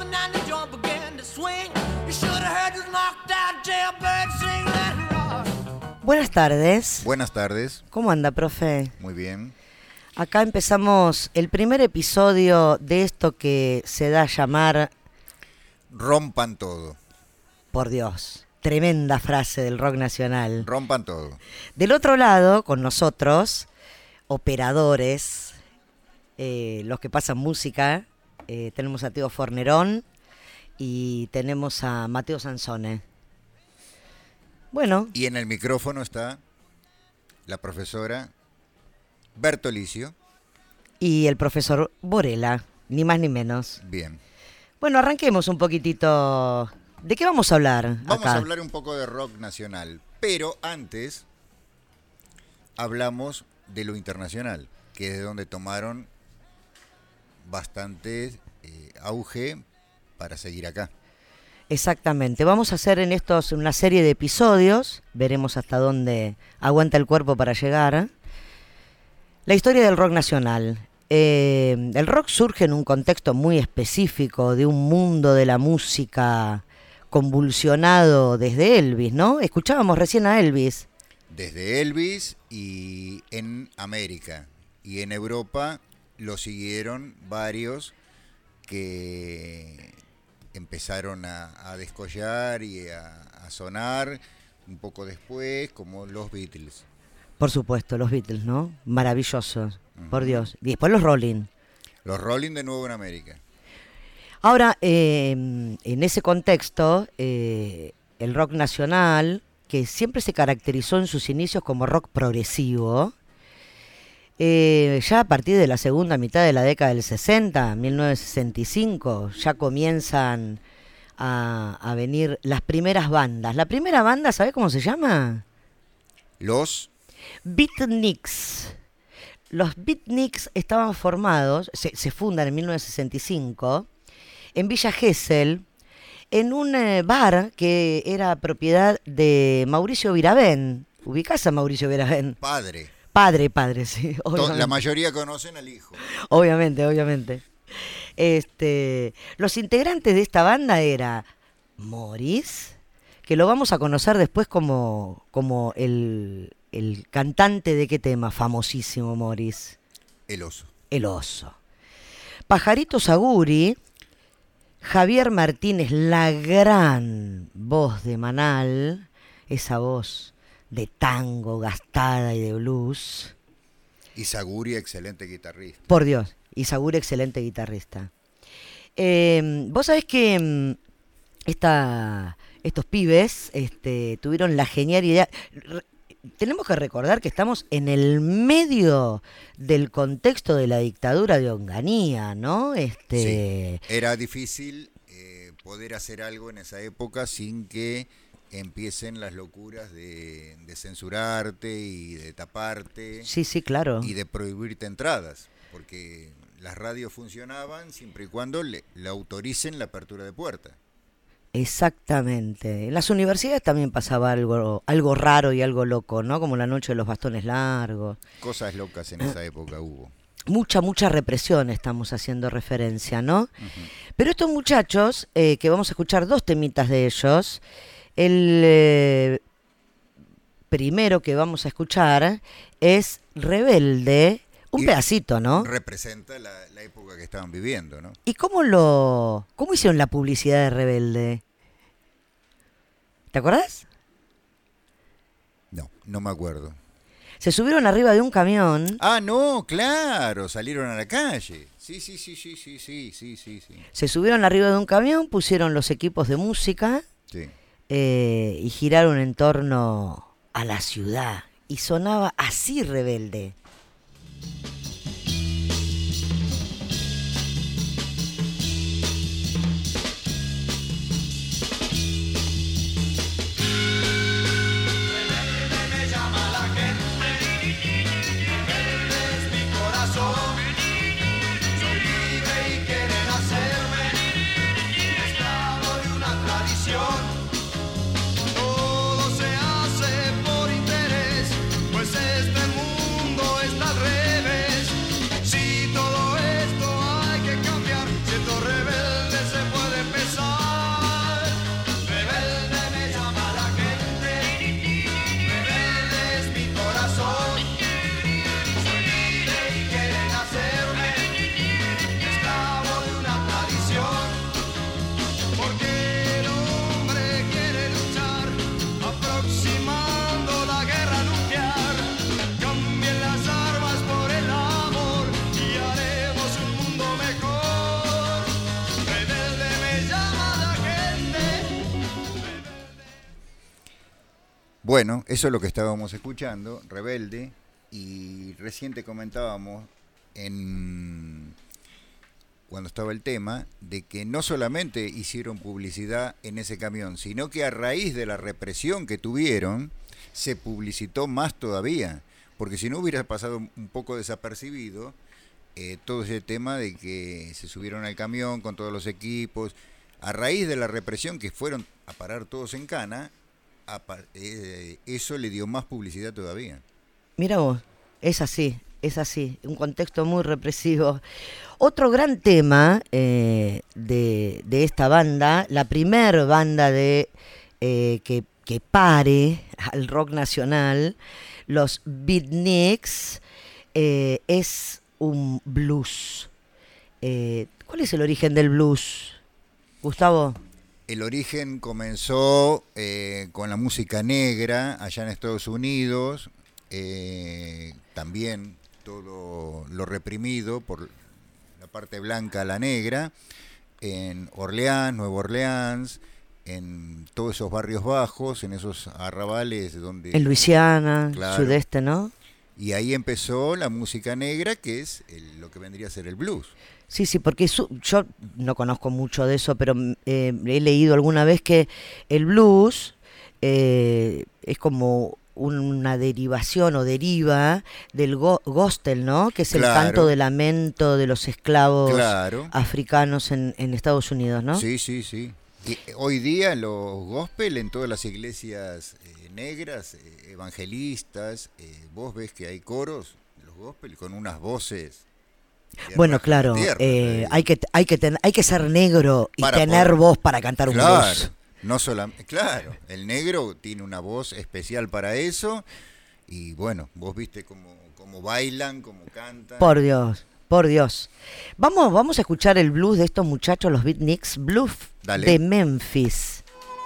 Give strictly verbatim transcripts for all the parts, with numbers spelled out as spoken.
jumping and the joint began to swing. You should have heard this knocked out jailbird sing, let it rock. Buenas tardes. Buenas tardes. ¿Cómo anda, profe? Muy bien. Acá empezamos el primer episodio de esto que se da a llamar... Rompan todo. Por Dios, tremenda frase del rock nacional. Rompan todo. Del otro lado, con nosotros, operadores, eh, los que pasan música, eh, tenemos a Teo Fornerón y tenemos a Mateo Sansone. Bueno. Y en el micrófono está la profesora Bertolicio. Y el profesor Borela, ni más ni menos. Bien. Bueno, arranquemos un poquitito. ¿De qué vamos a hablar Vamos acá? a hablar un poco de rock nacional, pero antes hablamos de lo internacional, que es de donde tomaron bastante eh, auge para seguir acá. Exactamente. Vamos a hacer en estos una serie de episodios, veremos hasta dónde aguanta el cuerpo para llegar. La historia del rock nacional. Eh, el rock surge en un contexto muy específico de un mundo de la música convulsionado desde Elvis, ¿no? Escuchábamos recién a Elvis. Desde Elvis y en América. Y en Europa lo siguieron varios que empezaron a, a descollar y a, a sonar un poco después, como los Beatles. Por supuesto, los Beatles, ¿no? Maravillosos, uh-huh. Por Dios. Y después los Rolling. Los Rolling de nuevo en América. Ahora, eh, en ese contexto, eh, el rock nacional, que siempre se caracterizó en sus inicios como rock progresivo, eh, ya a partir de la segunda mitad de la década del sesenta, mil novecientos sesenta y cinco, ya comienzan a, a venir las primeras bandas. La primera banda, ¿sabés cómo se llama? Los Beatniks. Los Beatniks estaban formados, se, se fundan en mil novecientos sesenta y cinco, en Villa Gesell, en un eh, bar que era propiedad de Mauricio Viravent. ¿Ubicás a Mauricio Viravent? Padre. Padre, padre, sí. Obviamente. La mayoría conocen al hijo. Obviamente, obviamente. Este, los integrantes de esta banda era Morris, que lo vamos a conocer después como, como el, el cantante de qué tema, famosísimo Morris. El oso. El oso. Pajarito Saguri, Javier Martínez, la gran voz de Manal, esa voz de tango gastada y de blues. Y Saguri, excelente guitarrista. Por Dios, y Saguri, excelente guitarrista. Eh, Vos sabés que esta, estos pibes este, tuvieron la genial idea. Re- tenemos que recordar que estamos en el medio del contexto de la dictadura de Onganía, ¿no? Este... Sí, era difícil eh, poder hacer algo en esa época sin que empiecen las locuras de, de censurarte y de taparte. Sí, sí, claro. Y de prohibirte entradas, porque las radios funcionaban siempre y cuando le, le autoricen la apertura de puertas. Exactamente. En las universidades también pasaba algo, algo raro y algo loco, ¿no? Como la noche de los bastones largos. Cosas locas en esa época hubo. Mucha, mucha represión estamos haciendo referencia, ¿no? Uh-huh. Pero estos muchachos, eh, que vamos a escuchar dos temitas de ellos, el eh, primero que vamos a escuchar es Rebelde, un y pedacito, ¿no? Representa la, la época que estaban viviendo, ¿no? ¿Y cómo lo, cómo hicieron la publicidad de Rebelde? ¿Te acordás? No, no me acuerdo. Se subieron arriba de un camión. Ah, no, claro, salieron a la calle. Sí, sí, sí, sí, sí, sí, sí, sí, sí. Se subieron arriba de un camión, pusieron los equipos de música, sí. eh, y giraron en torno a la ciudad. Y sonaba así Rebelde. Todo se hace por interés, pues este mundo está al revés. Bueno, eso es lo que estábamos escuchando, Rebelde, y reciente comentábamos en cuando estaba el tema de que no solamente hicieron publicidad en ese camión, sino que a raíz de la represión que tuvieron, se publicitó más todavía, porque si no hubiera pasado un poco desapercibido eh, todo ese tema de que se subieron al camión con todos los equipos, a raíz de la represión que fueron a parar todos en cana, a, eh, eso le dio más publicidad todavía. Mira vos, es así, es así, un contexto muy represivo. Otro gran tema eh, de, de esta banda, la primer banda de eh, que, que pare al rock nacional, los Beatniks, eh, es un blues. Eh, ¿Cuál es el origen del blues, Gustavo? El origen comenzó eh, con la música negra allá en Estados Unidos, eh, también todo lo reprimido por la parte blanca a la negra, en Orleans, Nueva Orleans, en todos esos barrios bajos, en esos arrabales donde... En Luisiana, claro, sudeste, ¿no? Y ahí empezó la música negra, que es el, lo que vendría a ser el blues. Sí, sí, porque su, yo no conozco mucho de eso, pero eh, he leído alguna vez que el blues eh, es como una derivación o deriva del go gospel, ¿no? Que es el Claro. canto de lamento de los esclavos Claro. africanos en, en Estados Unidos, ¿no? Sí, sí, sí. Y hoy día los gospel en todas las iglesias eh, negras, eh, evangelistas, eh, vos ves que hay coros, los gospel, con unas voces. que Bueno, rajan claro, la tierra, eh, eh. hay que hay que ten, hay que ser negro y Para tener poder- voz para cantar un Claro, blues. no solamente, claro, el negro tiene una voz especial para eso y bueno, vos viste cómo, cómo bailan, cómo cantan. Por Dios, por Dios. Vamos, vamos a escuchar el blues de estos muchachos, los Beatniks, Blues Dale. de Memphis.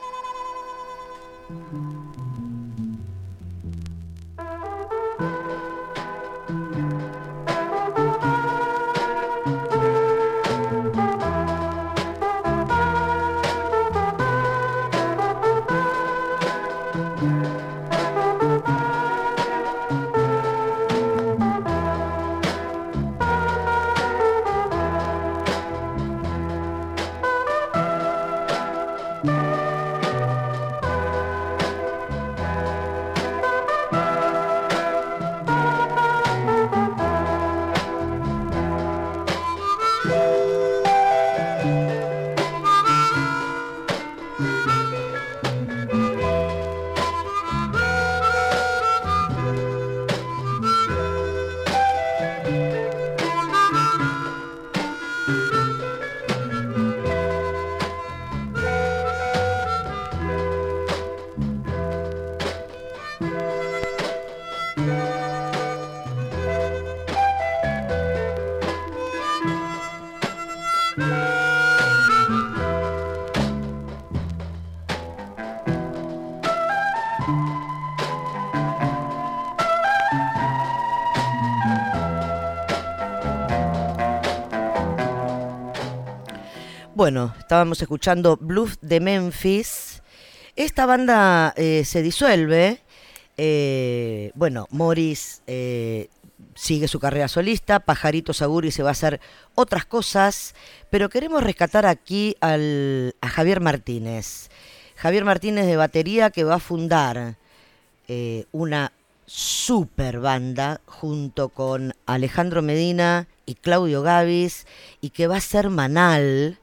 Bueno, estábamos escuchando Blues de Memphis. Esta banda eh, se disuelve. Eh, bueno, Morris eh, sigue su carrera solista, Pajarito Saguri se va a hacer otras cosas, pero queremos rescatar aquí al, a Javier Martínez. Javier Martínez de batería, que va a fundar eh, una super banda junto con Alejandro Medina y Claudio Gavis, y que va a ser Manal,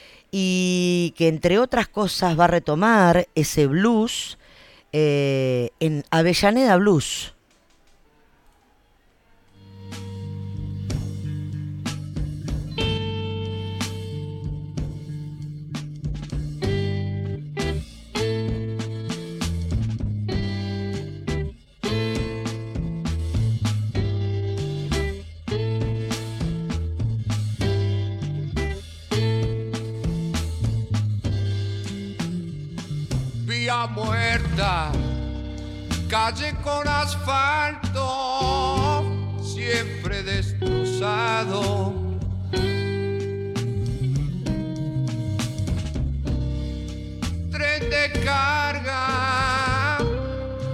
y que entre otras cosas va a retomar ese blues eh, en Avellaneda Blues. Vía muerta, calle con asfalto, siempre destrozado. Tren de carga,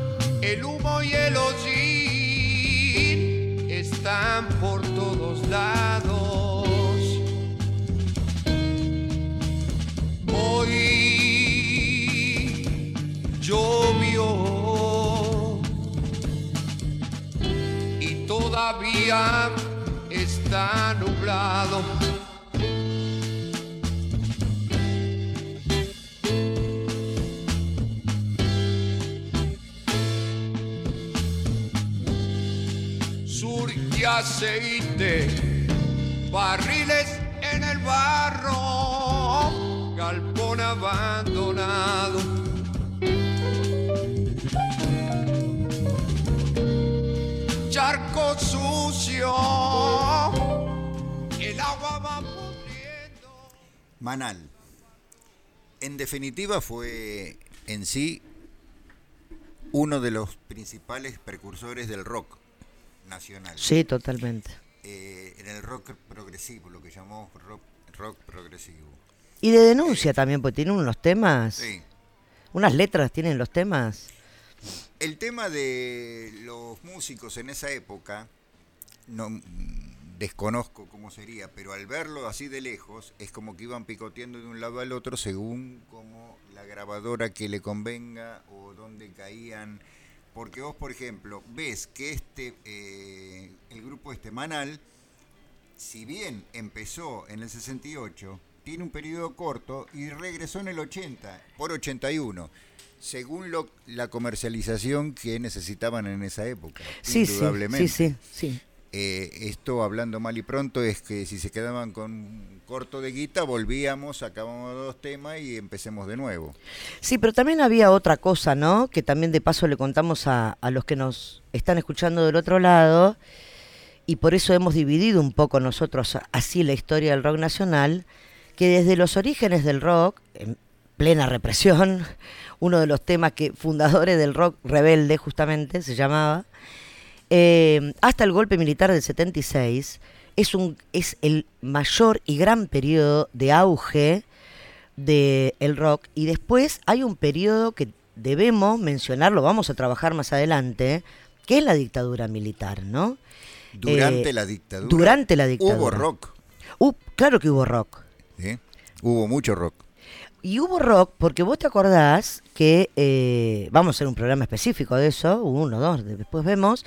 todavía está nublado. Surge aceite, barriles en el barro, galpón abandonado. Charco sucio, el agua va pudriendo. Manal. En definitiva fue en sí uno de los principales precursores del rock nacional. Sí, totalmente. Eh, en el rock progresivo, lo que llamamos rock, rock progresivo. Y de denuncia eh, también, porque tiene unos temas, sí. Unas letras tienen los temas. El tema de los músicos en esa época, no desconozco cómo sería, pero al verlo así de lejos, es como que iban picoteando de un lado al otro según como la grabadora que le convenga o dónde caían. Porque vos, por ejemplo, ves que este eh, el grupo este Manal, si bien empezó en el sesenta y ocho, tiene un periodo corto y regresó en el ochenta, por ochenta y uno, según lo, la comercialización que necesitaban en esa época, sí, indudablemente. Sí, sí, sí. Eh, esto, hablando mal y pronto, es que si se quedaban con corto de guita, volvíamos, sacábamos dos temas y empecemos de nuevo. Sí, pero también había otra cosa, ¿no? Que también de paso le contamos a, a los que nos están escuchando del otro lado, y por eso hemos dividido un poco nosotros así la historia del rock nacional, que desde los orígenes del rock, en plena represión, uno de los temas que fundadores del rock rebelde justamente se llamaba, eh, hasta el golpe militar del setenta y seis, es, un, es el mayor y gran periodo de auge del rock, y después hay un periodo que debemos mencionar, lo vamos a trabajar más adelante, que es la dictadura militar, ¿no? Durante eh, la dictadura. Durante la dictadura. Hubo rock. Uh, claro que hubo rock. ¿Sí? Hubo mucho rock. Y hubo rock porque vos te acordás que, eh, vamos a hacer un programa específico de eso, uno, dos, después vemos,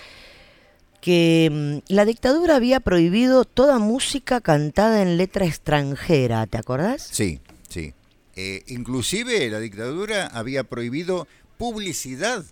que mmm, la dictadura había prohibido toda música cantada en letra extranjera, ¿te acordás? Sí, sí. Eh, inclusive la dictadura había prohibido publicidad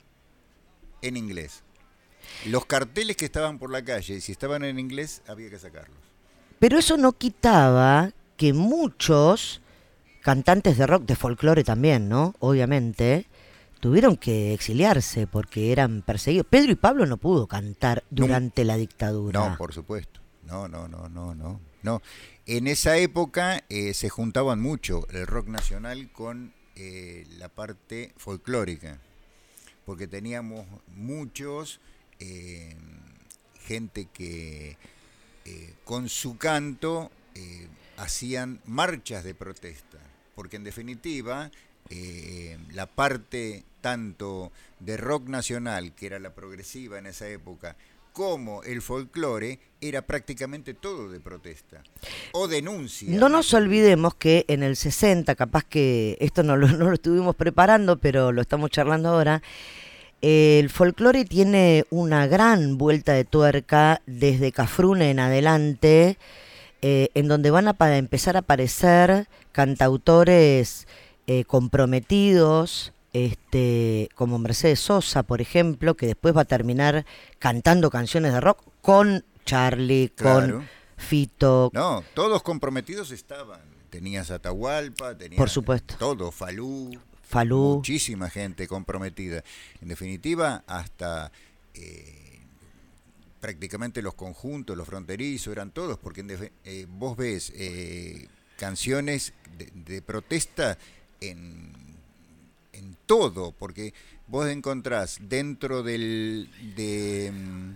en inglés. Los carteles que estaban por la calle, si estaban en inglés, había que sacarlos. Pero eso no quitaba que muchos cantantes de rock, de folclore también, ¿no? Obviamente, tuvieron que exiliarse porque eran perseguidos. Pedro y Pablo no pudo cantar durante no, la dictadura. No, por supuesto. No, no, no, no, no. no. En esa época eh, se juntaban mucho el rock nacional con eh, la parte folclórica, porque teníamos muchos, eh, gente que eh, con su canto eh, hacían marchas de protesta, porque en definitiva eh, la parte tanto de rock nacional, que era la progresiva en esa época, como el folclore, era prácticamente todo de protesta o denuncia. No nos olvidemos que en el sesenta, capaz que esto no lo, no lo estuvimos preparando, pero lo estamos charlando ahora, eh, el folclore tiene una gran vuelta de tuerca desde Cafrune en adelante, eh, en donde van a para empezar a aparecer cantautores eh, comprometidos, Este, como Mercedes Sosa, por ejemplo, que después va a terminar cantando canciones de rock con Charlie, claro. con Fito. No, todos comprometidos estaban. Tenías Atahualpa, tenías por supuesto. todo, Falú, Falú. Muchísima gente comprometida. En definitiva, hasta eh, prácticamente los conjuntos, los fronterizos, eran todos, porque en eh, vos ves eh, canciones de, de protesta en... en todo, porque vos encontrás dentro del de,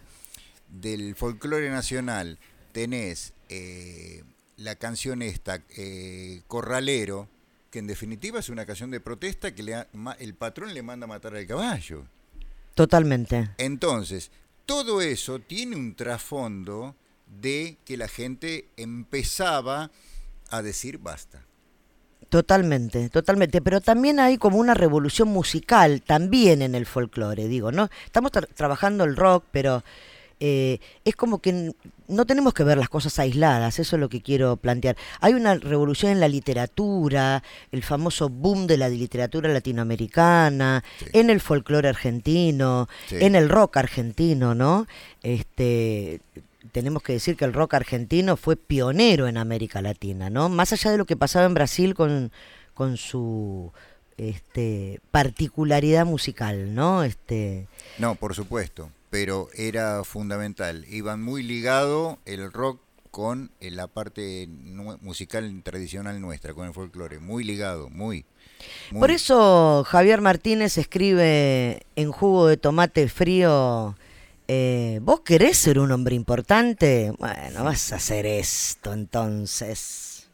del folclore nacional, tenés eh, la canción esta, eh, Corralero, que en definitiva es una canción de protesta que le ha, el patrón le manda a matar al caballo. Totalmente. Entonces, todo eso tiene un trasfondo de que la gente empezaba a decir basta. Totalmente, totalmente, pero también hay como una revolución musical también en el folclore, digo, ¿no? Estamos tra- trabajando el rock, pero eh, es como que n- no tenemos que ver las cosas aisladas, eso es lo que quiero plantear. Hay una revolución en la literatura, el famoso boom de la literatura latinoamericana, Sí. en el folclore argentino, Sí. en el rock argentino, ¿no? Este, tenemos que decir que el rock argentino fue pionero en América Latina, ¿no? Más allá de lo que pasaba en Brasil con, con su este, particularidad musical, ¿no? Este, No, por supuesto, pero era fundamental. Iban muy ligado el rock con eh, la parte nu- musical tradicional nuestra, con el folclore. Muy ligado, muy. muy. Por eso Javier Martínez escribe en Jugo de Tomate Frío, eh, ¿vos querés ser un hombre importante? Bueno, vas a hacer esto entonces.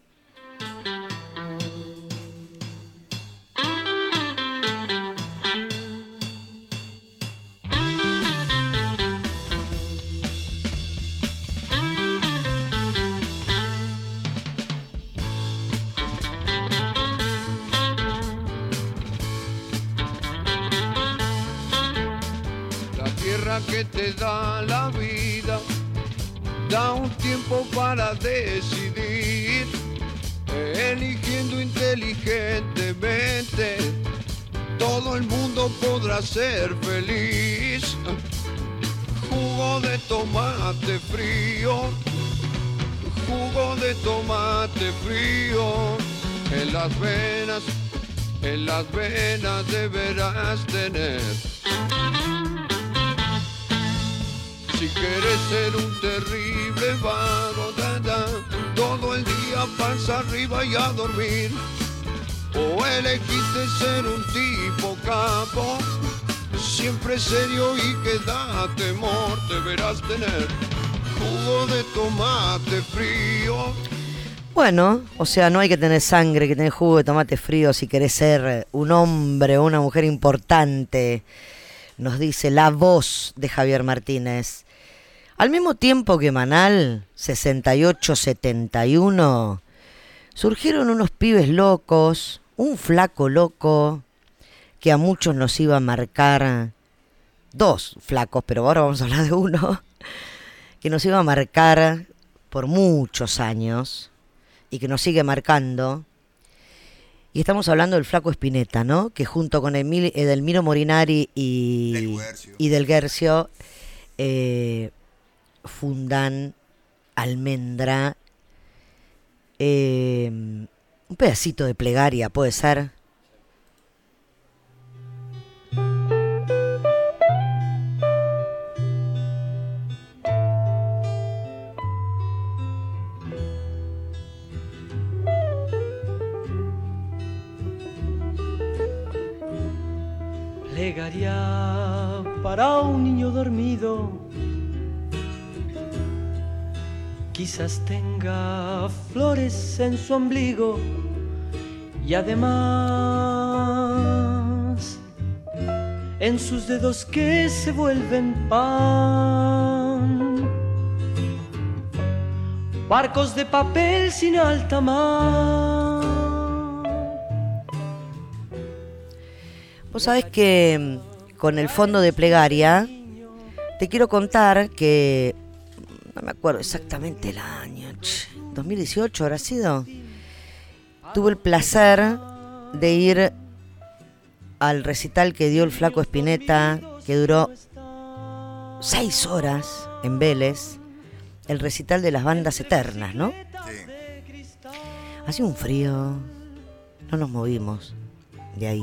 La tierra que te da la vida da un tiempo para decidir, eligiendo inteligentemente. Todo el mundo podrá ser feliz. Jugo de tomate frío, jugo de tomate frío, en las venas, en las venas deberás tener. Si quieres ser un terrible vago, da, da, todo el día panza arriba y a dormir, o elegiste ser un tipo capo, siempre serio y que da temor, deberás tener jugo de tomate frío. Bueno, o sea, no hay que tener sangre, hay que tener jugo de tomate frío si querés ser un hombre o una mujer importante, nos dice la voz de Javier Martínez. Al mismo tiempo que Manal, sesenta y ocho setenta y uno, surgieron unos pibes locos, un flaco loco que a muchos nos iba a marcar, dos flacos, pero ahora vamos a hablar de uno, que nos iba a marcar por muchos años y que nos sigue marcando. Y estamos hablando del Flaco Spinetta, ¿no? Que junto con Emil, Edelmiro Morinari y Del Guercio. y del Guercio eh, fundan Almendra, eh, un pedacito de plegaria, ¿puede ser? Plegaria para un niño dormido, quizás tenga flores en su ombligo y además en sus dedos que se vuelven pan, barcos de papel sin alta mar. Vos sabés que mm, con el fondo de plegaria te quiero contar que no me acuerdo exactamente el año, che, dos mil dieciocho habrá sido. Tuve el placer de ir al recital que dio el Flaco Spinetta, que duró seis horas en Vélez, el recital de las bandas eternas, ¿no? Sí. Hacía un frío, no nos movimos de ahí.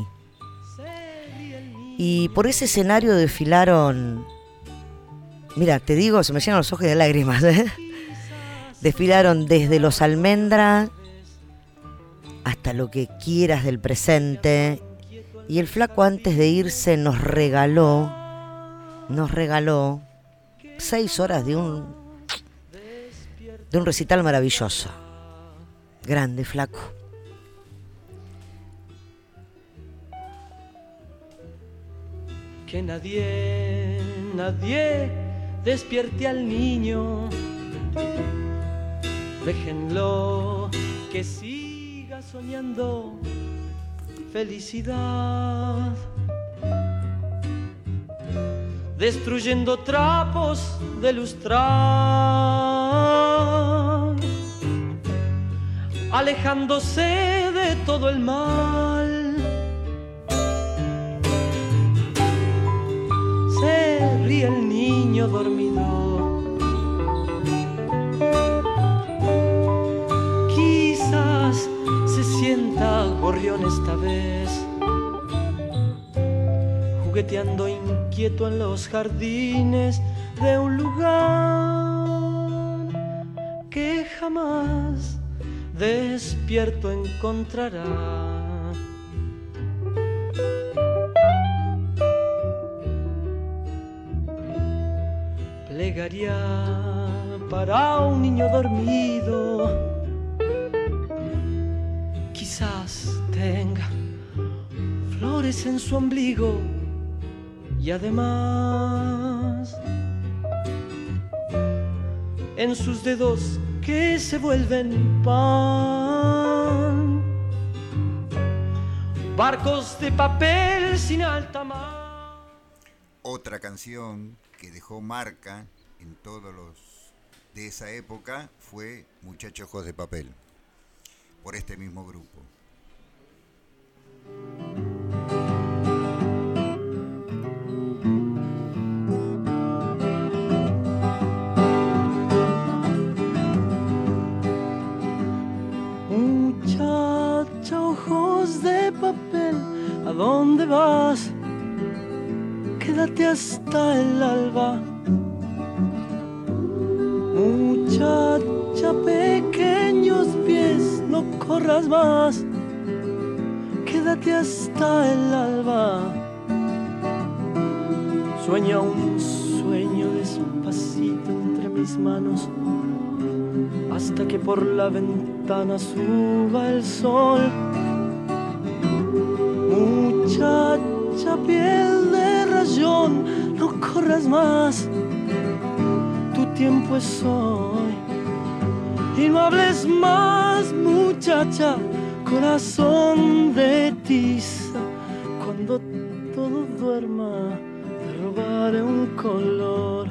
Y por ese escenario desfilaron, mira, te digo, se me llenan los ojos de lágrimas, ¿eh? Desfilaron desde los Almendra hasta lo que quieras del presente. Y el Flaco antes de irse nos regaló, nos regaló seis horas de un, de un recital maravilloso. Grande, Flaco. Que nadie, nadie despierte al niño. Déjenlo que siga soñando felicidad. destruyendo trapos de lustrar, alejándose de todo el mal. Se ríe el niño dormido, quizás se sienta gorrión esta vez, jugueteando inquieto en los jardines de un lugar que jamás despierto encontrará. Plegaría para un niño dormido, quizás tenga flores en su ombligo y además en sus dedos que se vuelven pan, barcos de papel sin alta mar. Otra canción que dejó marca en todos los de esa época fue Muchachos Ojos de Papel, por este mismo grupo. Muchacha, ojos de papel, ¿a dónde vas? Quédate hasta el alba. Muchacha, pequeños pies, no corras más. Quédate hasta el alba. Sueña un sueño despacito entre mis manos, hasta que por la ventana suba el sol. Muchacha, piel de rayón, no corras más, tu tiempo es hoy. Y no hables más, muchacha, corazón de tiza. Cuando todo duerma, te robaré un color.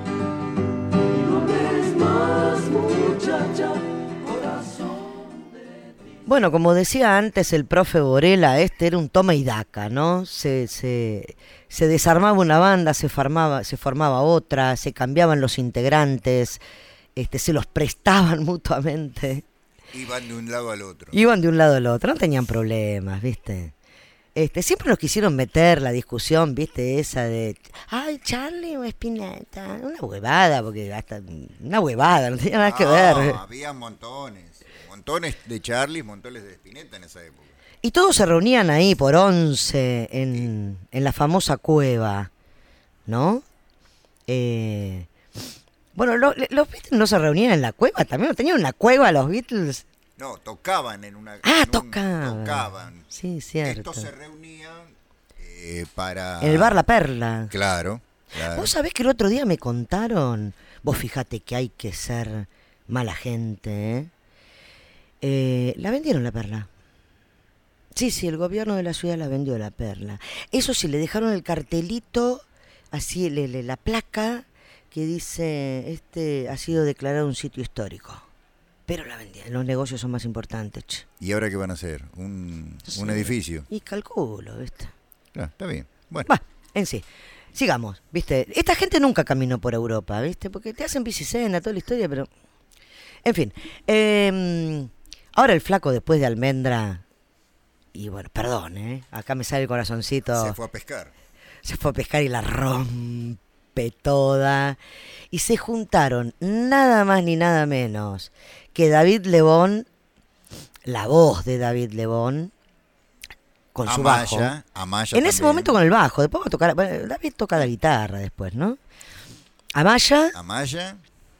Y no hables más, muchacha, corazón. Bueno, como decía antes el profe Borela, este era un toma y daca, ¿no? Se, se, se desarmaba una banda, se formaba, se formaba otra, se cambiaban los integrantes, este, se los prestaban mutuamente. Iban de un lado al otro. Iban de un lado al otro, no tenían problemas, ¿viste? Este, siempre nos quisieron meter la discusión, ¿viste? Esa de, ay, Charlie o Spinetta. Una huevada, porque hasta, una huevada, no tenía nada que No, ver. había montones. Montones de Charlie, montones de Spinetta en esa época. Y todos se reunían ahí por once, en, en la famosa cueva, ¿no? Eh, bueno, lo- los Beatles no se reunían en la cueva, también tenían una cueva los Beatles. No, tocaban en una... Ah, en un- tocaban. tocaban. Sí, cierto. Estos se reunían eh, para... En el bar La Perla. Claro, claro. Vos sabés que el otro día me contaron, vos fíjate que hay que ser mala gente, ¿eh? Eh, la vendieron La Perla. Sí, sí, el gobierno de la ciudad la vendió La Perla. Eso sí, le dejaron el cartelito, así le- le- la placa que dice, este ha sido declarado un sitio histórico. Pero la vendieron, los negocios son más importantes, che. ¿Y ahora qué van a hacer? ¿Un, Sí. un edificio? Y calculo, ¿viste? Ah, está bien. Bueno, Bueno, en sí. Sigamos, ¿viste? Esta gente nunca caminó por Europa, ¿viste? Porque te hacen bicicenda, toda la historia, pero... En fin. eh, ahora el flaco después de Almendra... Y bueno, perdón, ¿eh? Acá me sale el corazoncito. se fue a pescar. Se fue a pescar y la rompe toda. Y se juntaron nada más ni nada menos que David Lebón, la voz de David Lebón, con su bajo. Amaya, Amaya En ese también. momento con el bajo, después va a tocar, bueno, David toca la guitarra después, ¿no? Amaya, Amaya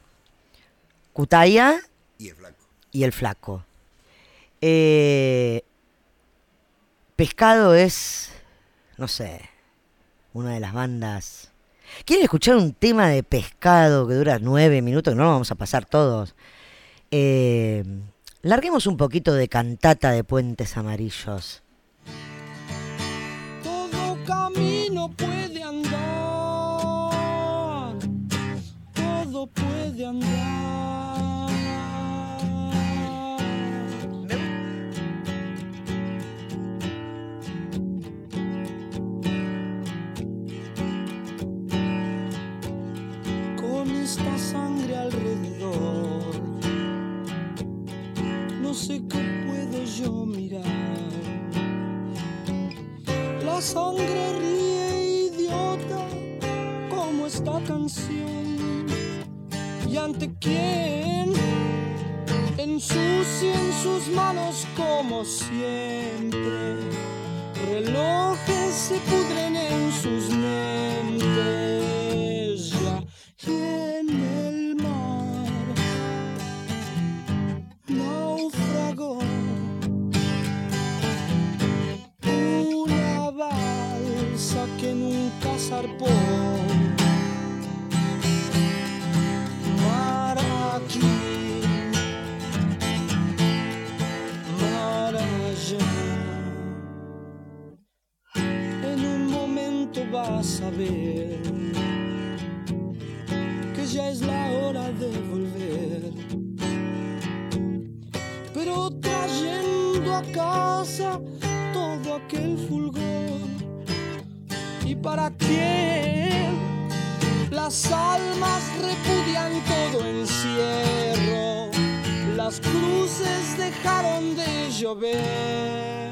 Cutaya y el flaco. y el flaco. Eh, Pescado es, no sé, una de las bandas. ¿Quieren escuchar un tema de Pescado que dura nueve minutos? No lo vamos a pasar todos. Eh, larguemos un poquito de Cantata de Puentes Amarillos. Todo camino puede andar de andar. Con esta sangre alrededor, no sé qué puedo yo mirar. La sangre ríe idiota como esta canción. ¿Y ante quién? Ensucien sus manos como siempre. Relojes se pudren en sus mentes. Ya y en el mar naufragó una balsa que nunca zarpó. Mar aquí, mar allá. En un momento vas a ver que ya es la hora de volver, pero trayendo a casa todo aquel fulgor. ¿Y para quién? Las almas repudian todo encierro, las cruces dejaron de llover.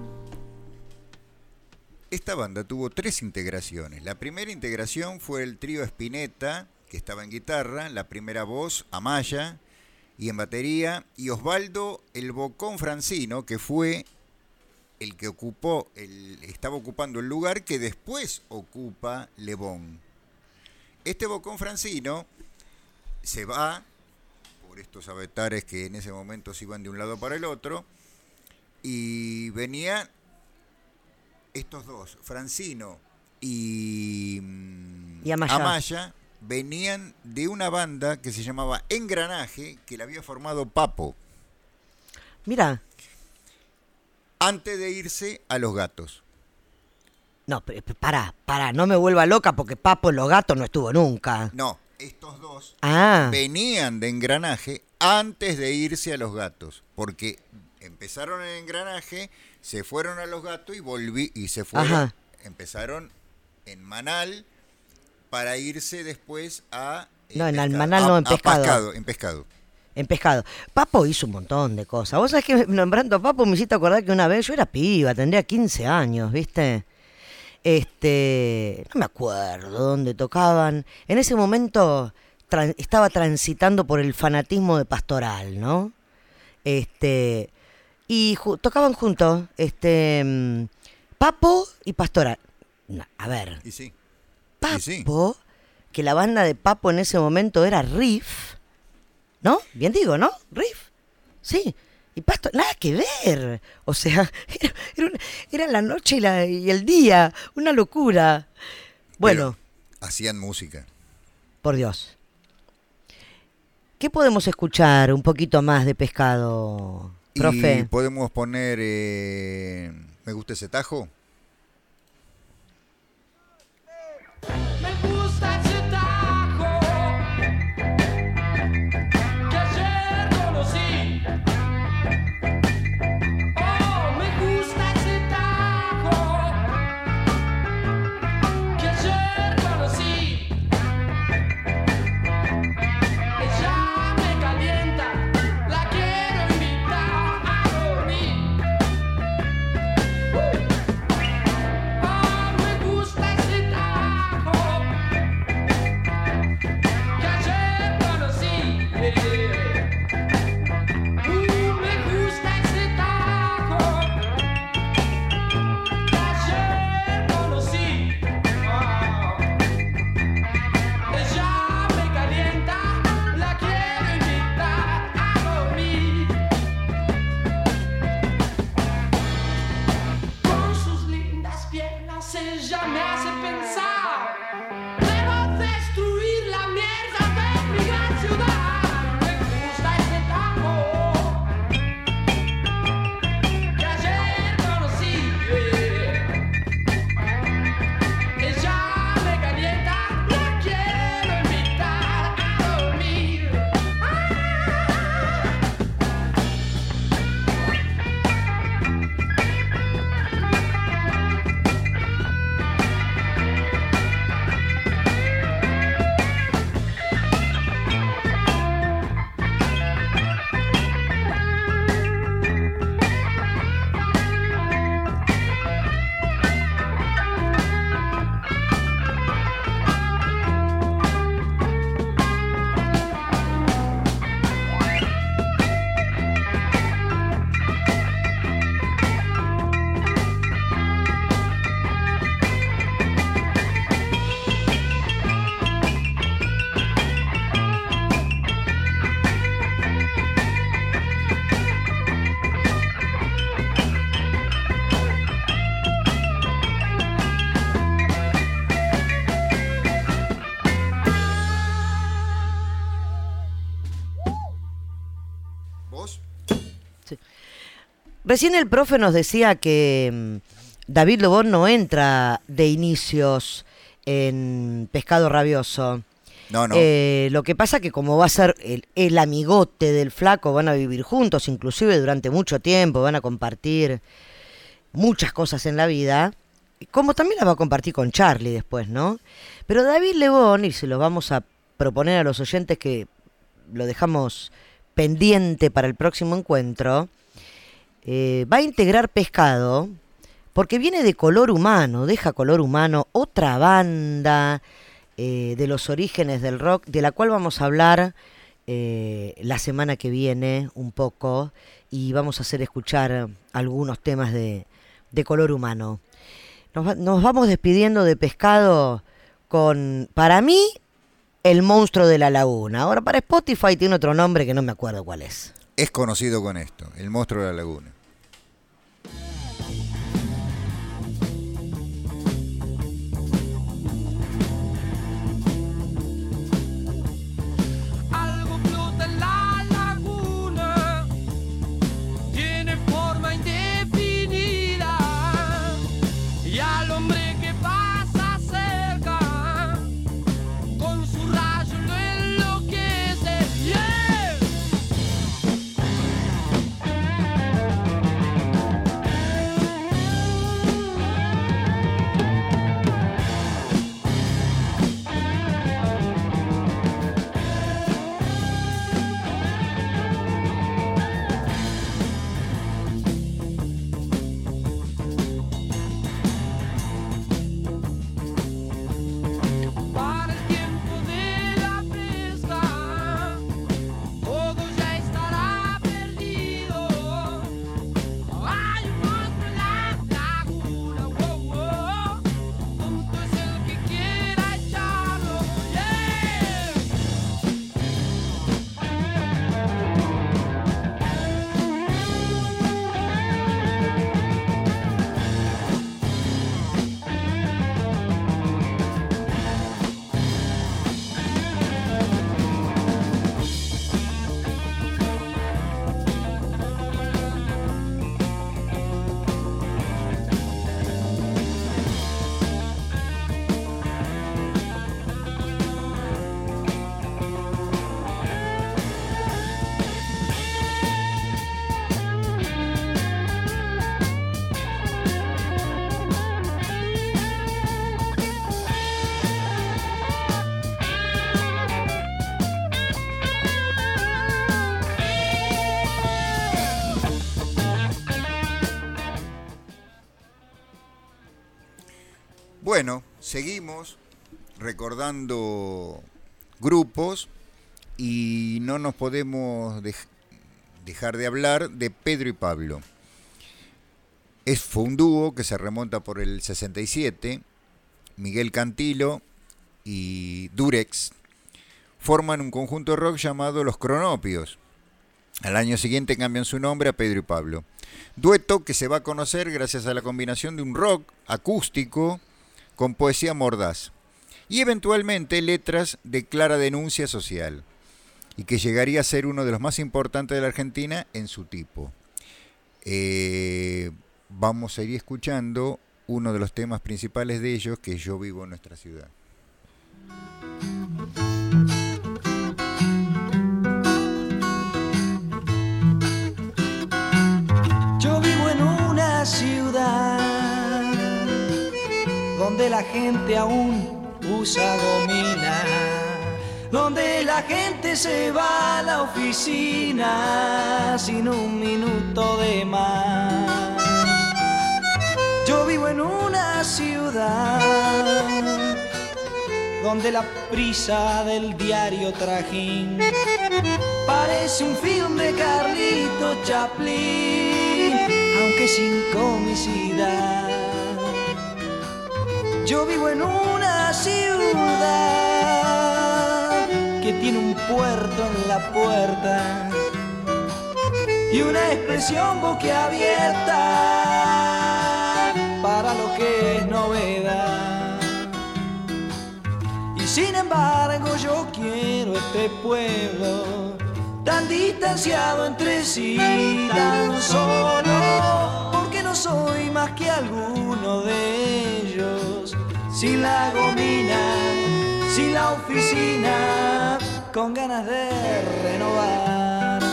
Esta banda tuvo tres integraciones. La primera integración fue el trío Spinetta, que estaba en guitarra, la primera voz, Amaya, y en batería, y Osvaldo el Bocón Francino, que fue el que ocupó, el, estaba ocupando el lugar que después ocupa Le Bon. Este Bocón Francino se va, por estos avatares que en ese momento se iban de un lado para el otro, y venían estos dos, Francino y, y Amaya. Amaya, venían de una banda que se llamaba Engranaje, que la había formado Papo. Mira. Antes de irse a Los Gatos. No, pero pará, pará, no me vuelva loca porque Papo en Los Gatos no estuvo nunca. No, estos dos ah. venían de Engranaje antes de irse a Los Gatos, porque empezaron en Engranaje, se fueron a Los Gatos y volví y se fueron, Ajá. empezaron en Manal para irse después a No, en pescado. Manal no, en pescado. pescado. En pescado. En pescado. Papo hizo un montón de cosas. Vos sabés que nombrando a Papo me hiciste acordar que una vez yo era piba, tendría quince años, ¿viste? Este, no me acuerdo dónde tocaban. En ese momento tra- estaba transitando por el fanatismo de Pastoral, ¿no? Este, y ju- tocaban juntos, este, Papo y Pastoral. No, a ver. Y sí. Papo, y sí. que la banda de Papo en ese momento era Riff, ¿no? Bien digo, ¿no? Riff, sí. Y Pasto, nada que ver. O sea, era, era, una, era la noche y, la, y el día, una locura. Bueno. Pero hacían música. Por Dios. ¿Qué podemos escuchar un poquito más de Pescado, profe? Y podemos poner eh, Me gusta ese tajo. Me gusta ese tajo que ayer conocí. Oh, me gusta ese tajo que ayer conocí. Ella me calienta, la quiero invitar a dormir. Oh, me gusta ese tajo que ayer conocí. Uh, me gusta ese tajo que ayer conocí. Oh. Ella me calienta, la quiero invitar a dormir. Con sus lindas piernas ella me hace pensar. Debo destruir la mierda de mi gran ciudad. Me gusta ese tajo que ayer conocí. Ella me calienta, la quiero invitar a dormir. Recién el profe nos decía que mm, David Lebón no entra de inicios en Pescado Rabioso. No, no. Eh, lo que pasa que como va a ser el, el amigote del Flaco, van a vivir juntos, inclusive durante mucho tiempo, van a compartir muchas cosas en la vida, como también las va a compartir con Charlie después, ¿no? Pero David Lebón, y se lo vamos a proponer a los oyentes que lo dejamos pendiente para el próximo encuentro, eh, va a integrar Pescado, porque viene de Color Humano, deja Color Humano, otra banda eh, de los orígenes del rock, de la cual vamos a hablar eh, la semana que viene un poco, y vamos a hacer escuchar algunos temas de, de Color Humano. Nos, va, nos vamos despidiendo de Pescado con, para mí, El Monstruo de la Laguna. Ahora para Spotify tiene otro nombre que no me acuerdo cuál es. Es conocido con esto, El Monstruo de la Laguna. Algo flota en la laguna, tiene forma indefinida, y al hombre que pasa cerca, con su rayo lo enloquece. Yeah. Para el tiempo de la pesca, todo ya estará perdido. Hay un monstruo en la laguna, wow, wow. Tonto es el que quiera echarlo, yeah. Bueno, seguimos recordando grupos y no nos podemos dej- dejar de hablar de Pedro y Pablo. Es, fue un dúo que se remonta por el sesenta y siete. Miguel Cantilo y Durex forman un conjunto de rock llamado Los Cronopios. Al año siguiente cambian su nombre a Pedro y Pablo. Dueto que se va a conocer gracias a la combinación de un rock acústico con poesía mordaz y eventualmente letras de clara denuncia social, y que llegaría a ser uno de los más importantes de la Argentina en su tipo. Eh, vamos a ir escuchando uno de los temas principales de ellos, que es Yo vivo en nuestra ciudad. Yo vivo en una ciudad donde la gente aún usa gomina, donde la gente se va a la oficina sin un minuto de más. Yo vivo en una ciudad donde la prisa del diario Trajín parece un film de Carlito Chaplin, aunque sin comicidad. Yo vivo en una ciudad que tiene un puerto en la puerta y una expresión boquiabierta para lo que es novedad. Y sin embargo yo quiero este pueblo tan distanciado entre sí, tan solo, porque no soy más que alguno de ellos, sin la gomina, sin la oficina, con ganas de renovar.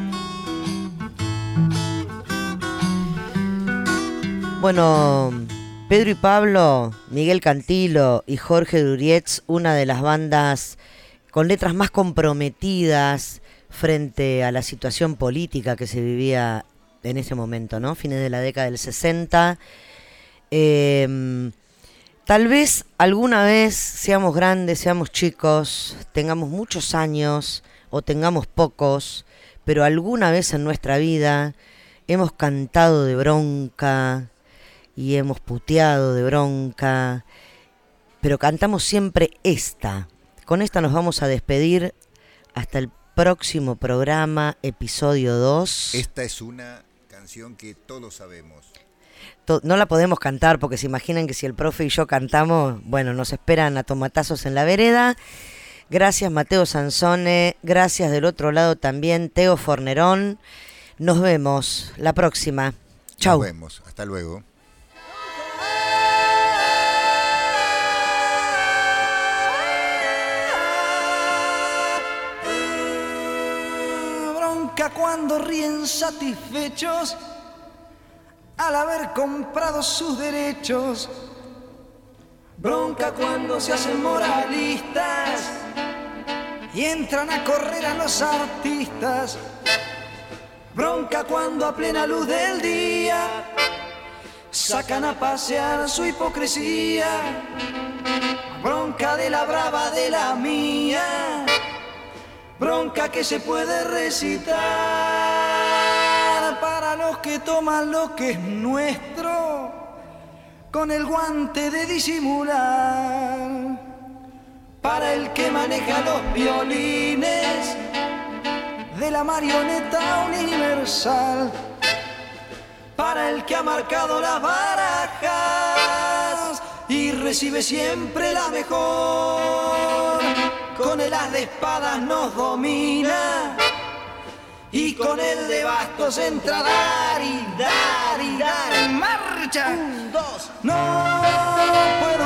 Bueno, Pedro y Pablo, Miguel Cantilo y Jorge Durietz, una de las bandas con letras más comprometidas frente a la situación política que se vivía en ese momento, ¿no? Fines de la década del sesenta. Eh, tal vez alguna vez seamos grandes, seamos chicos, tengamos muchos años o tengamos pocos, pero alguna vez en nuestra vida hemos cantado de bronca y hemos puteado de bronca, pero cantamos siempre esta. Con esta nos vamos a despedir hasta el próximo programa, episodio dos. Esta es una canción que todos sabemos. No la podemos cantar porque se imaginan que si el profe y yo cantamos, bueno, nos esperan a tomatazos en la vereda. Gracias Mateo Sansone, gracias del otro lado también Teo Fornerón. Nos vemos la próxima. Chau. Nos vemos, hasta luego. Cuando ríen satisfechos al haber comprado sus derechos, bronca cuando se hacen moralistas y entran a correr a los artistas, bronca cuando a plena luz del día sacan a pasear su hipocresía, bronca de la brava de la mía, bronca que se puede recitar para los que toman lo que es nuestro con el guante de disimular, para el que maneja los violines de la marioneta universal, para el que ha marcado las barajas y recibe siempre la mejor. Con el as de espadas nos domina y con el de bastos entra a dar y dar y dar en marcha. Un, dos, no puedo